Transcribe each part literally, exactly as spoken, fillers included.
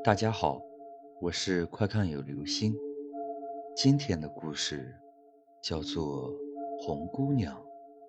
大家好，我是快看有流星。今天的故事叫做红姑娘。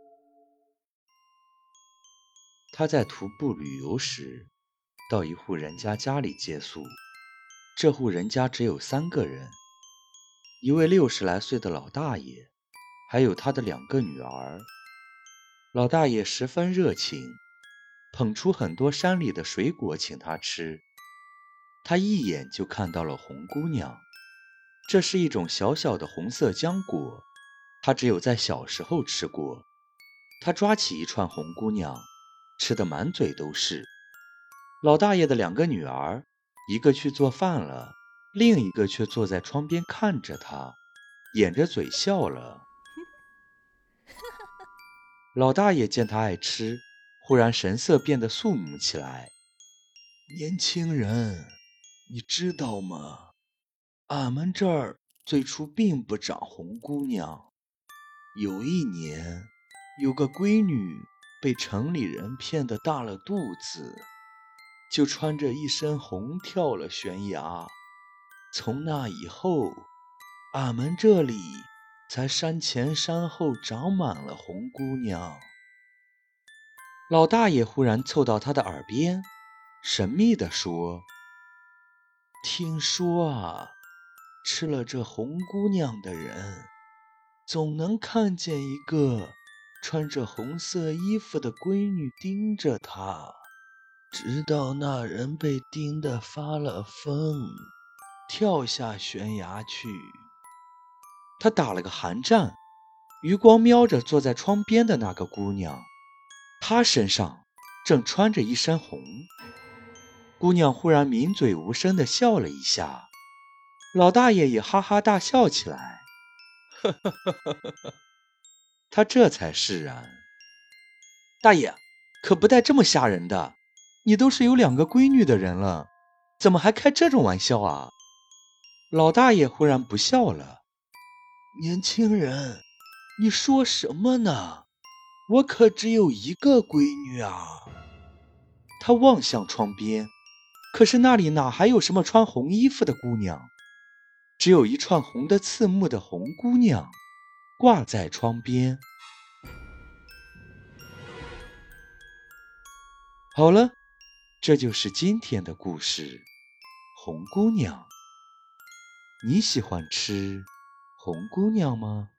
她在徒步旅游时，到一户人家家里借宿。这户人家只有三个人，一位六十来岁的老大爷，还有他的两个女儿。老大爷十分热情，捧出很多山里的水果请他吃。他一眼就看到了红姑娘。这是一种小小的红色浆果，他只有在小时候吃过。他抓起一串红姑娘，吃得满嘴都是。老大爷的两个女儿，一个去做饭了，另一个却坐在窗边看着他，掩着嘴笑了。老大爷见他爱吃，忽然神色变得肃穆起来。年轻人，你知道吗？俺们这儿最初并不长红姑娘。有一年，有个闺女被城里人骗得大了肚子，就穿着一身红跳了悬崖。从那以后，俺们这里才山前山后长满了红姑娘。老大爷忽然凑到他的耳边，神秘地说：听说啊，吃了这红姑娘的人，总能看见一个穿着红色衣服的闺女盯着他，直到那人被盯得发了疯，跳下悬崖去。他打了个寒战，余光瞄着坐在窗边的那个姑娘，她身上正穿着一身红。姑娘忽然抿嘴无声地笑了一下，老大爷也哈哈大笑起来。他这才释然。大爷，可不带这么吓人的，你都是有两个闺女的人了，怎么还开这种玩笑啊？老大爷忽然不笑了。年轻人，你说什么呢？我可只有一个闺女啊。他望向窗边，可是那里哪还有什么穿红衣服的姑娘，只有一串红的刺目的红姑娘挂在窗边。好了，这就是今天的故事，红姑娘。你喜欢吃红姑娘吗？